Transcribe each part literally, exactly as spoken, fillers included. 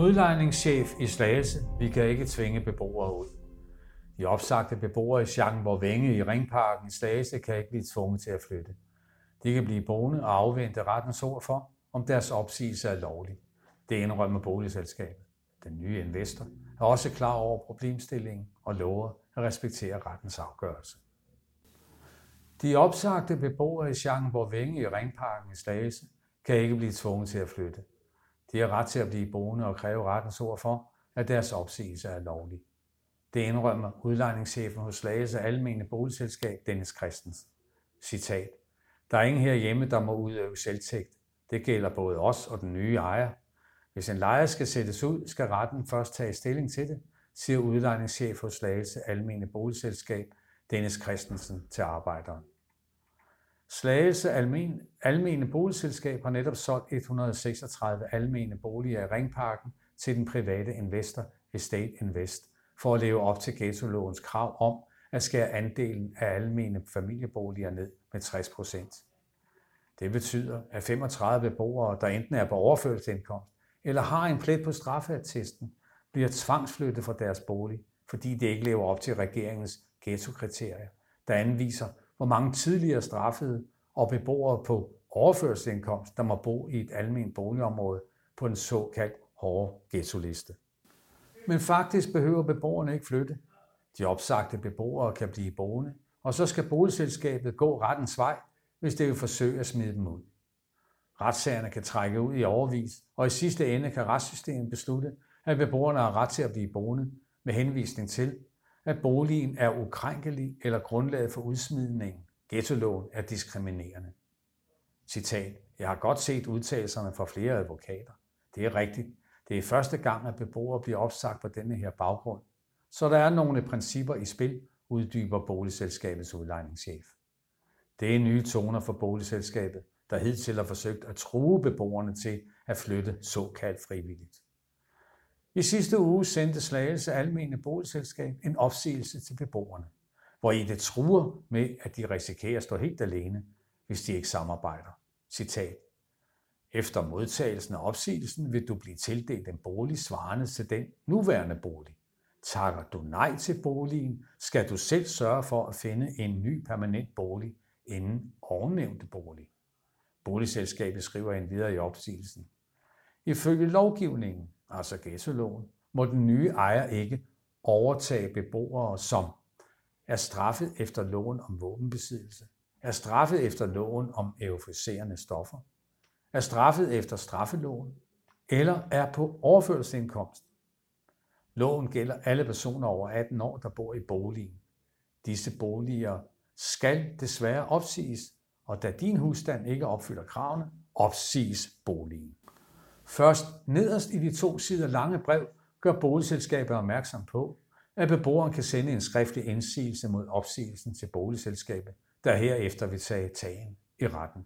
Udlejningschef i Slagelse: Vi kan ikke tvinge beboere ud. De opsagte beboere i Schackenborg-Vænge i Ringparken i Slagelse kan ikke blive tvunget til at flytte. De kan blive boende og afvente rettens ord for, om deres opsigelse er lovlig. Det indrømmer boligselskabet. Den nye investor er også klar over problemstillingen og lover at respektere rettens afgørelse. De opsagte beboere i Schackenborg-Vænge i Ringparken i Slagelse kan ikke blive tvunget til at flytte. De har ret til at blive boende og kræve rettens ord for, at deres opsigelse er lovlig. Det indrømmer udlejningschefen hos Slagelse Almene Boligselskab, Dennis Christensen. Citat: Der er ingen herhjemme, der må udøve selvtægt. Det gælder både os og den nye ejer. Hvis en lejer skal sættes ud, skal retten først tage stilling til det, siger udlejningschef hos Slagelse Almene Boligselskab, Dennis Christensen til Arbejderen. Slagelse Almene, Almene Boligselskab har netop solgt et hundrede og seksogtredive almene boliger i Ringparken til den private investor Estate Invest for at leve op til ghettolovens krav om at skære andelen af almene familieboliger ned med tres procent. Det betyder, at femogtredive beboere, der enten er på overførselsindkomst eller har en plet på straffeattesten, bliver tvangsflyttet fra deres bolig, fordi de ikke lever op til regeringens ghettokriterier, der anviser, hvor mange tidligere straffede og beboere på overførselsindkomst, der må bo i et alment boligområde på en såkaldt hårde ghettoliste. Men faktisk behøver beboerne ikke flytte. De opsagte beboere kan blive boende, og så skal boligselskabet gå rettens vej, hvis det vil forsøge at smide dem ud. Retssagerne kan trække ud i årevis, og i sidste ende kan retssystemet beslutte, at beboerne har ret til at blive boende med henvisning til, at boligen er ukrænkelig eller grundlaget for udsmidningen. Ghettoloven er diskriminerende. Citat: Jeg har godt set udtalelserne fra flere advokater. Det er rigtigt. Det er første gang, at beboere bliver opsagt på denne her baggrund. Så der er nogle principper i spil, uddyber boligselskabets udlejningschef. Det er nye toner for boligselskabet, der hidtil har forsøgt at true beboerne til at flytte såkaldt frivilligt. I sidste uge sendte Slagelse Almene Boligselskab en opsigelse til beboerne, hvor i det truer med, at de risikerer at stå helt alene, hvis de ikke samarbejder. Citat: Efter modtagelsen af opsigelsen vil du blive tildelt en bolig svarende til den nuværende bolig. Takker du nej til boligen, skal du selv sørge for at finde en ny permanent bolig inden ovennævnte bolig. Boligselskabet skriver endvidere i opsigelsen: Ifølge lovgivningen, altså ghettoloven, må den nye ejer ikke overtage beboere, som er straffet efter loven om våbenbesiddelse, er straffet efter loven om euforiserende stoffer, er straffet efter straffeloven eller er på overførselsindkomst. Loven gælder alle personer over atten år, der bor i boligen. Disse boliger skal desværre opsiges, og da din husstand ikke opfylder kravene, opsiges boligen. Først nederst i de to sider lange brev gør boligselskabet opmærksom på, at beboeren kan sende en skriftlig indsigelse mod opsigelsen til boligselskabet, der herefter vil tage tagen i retten.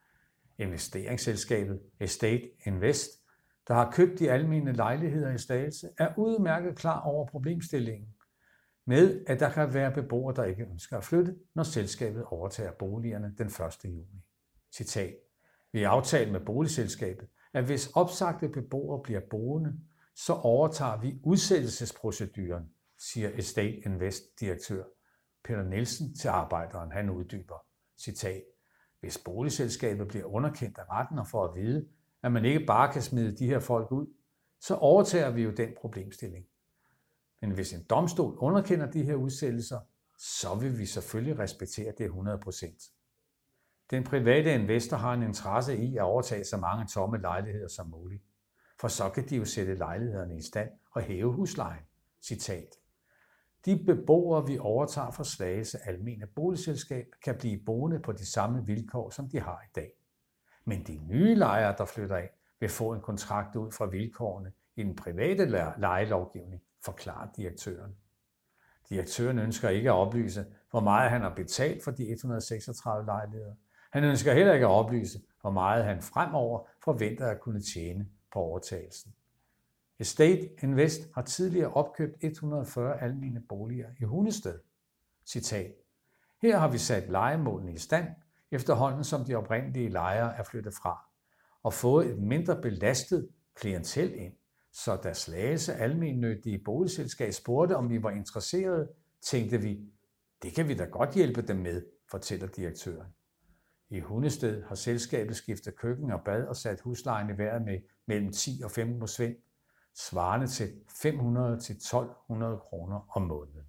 Investeringsselskabet Estate Invest, der har købt de almene lejligheder i Slagelse, er udmærket klar over problemstillingen med, at der kan være beboere, der ikke ønsker at flytte, når selskabet overtager boligerne den første juni. Citat: Vi har aftalt med boligselskabet, at hvis opsagte beboere bliver boende, så overtager vi udsættelsesproceduren, siger Estate Invest-direktør Peter Nielsen til Arbejderen. Han uddyber. Citat: Hvis boligselskabet bliver underkendt af retten og får at vide, at man ikke bare kan smide de her folk ud, så overtager vi jo den problemstilling. Men hvis en domstol underkender de her udsættelser, så vil vi selvfølgelig respektere det hundrede procent. Den private investor har en interesse i at overtage så mange tomme lejligheder som muligt, for så kan de jo sætte lejlighederne i stand og hæve huslejen. Citat: De beboere, vi overtager fra Slagelse Almene Boligselskab, kan blive boende på de samme vilkår, som de har i dag. Men de nye lejere, der flytter ind, vil få en kontrakt ud fra vilkårene i den private lejelovgivning, forklarer direktøren. Direktøren ønsker ikke at oplyse, hvor meget han har betalt for de et hundrede og seksogtredive lejligheder. Han ønsker heller ikke at oplyse, hvor meget han fremover forventer at kunne tjene på overtagelsen. Estate Invest har tidligere opkøbt et hundrede og fyrre almene boliger i Hundested. Citat: Her har vi sat lejemålene i stand, efterhånden som de oprindelige lejere er flyttet fra, og fået et mindre belastet klientel ind, Så da Slagelse Almennyttige Boligselskab spurgte, om vi var interesserede, tænkte vi, det kan vi da godt hjælpe dem med, fortæller direktøren. I Hundested har selskabet skiftet køkken og bad og sat huslejen i vejret med mellem ti og femten procent, svarende til fem hundrede til tolv hundrede kroner om måneden.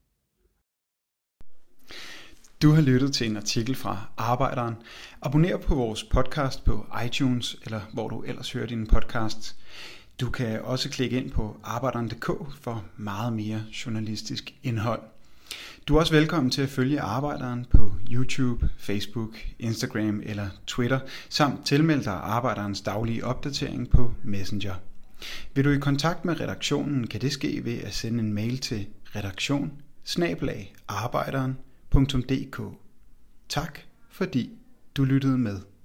Du har lyttet til en artikel fra Arbejderen. Abonner på vores podcast på iTunes, eller hvor du ellers hører dine podcasts. Du kan også klikke ind på arbejderen punktum d k for meget mere journalistisk indhold. Du er også velkommen til at følge Arbejderen på YouTube, Facebook, Instagram eller Twitter, samt tilmelde dig Arbejderens daglige opdatering på Messenger. Vil du i kontakt med redaktionen, kan det ske ved at sende en mail til redaktion bindestreg arbejderen punktum d k. Tak fordi du lyttede med.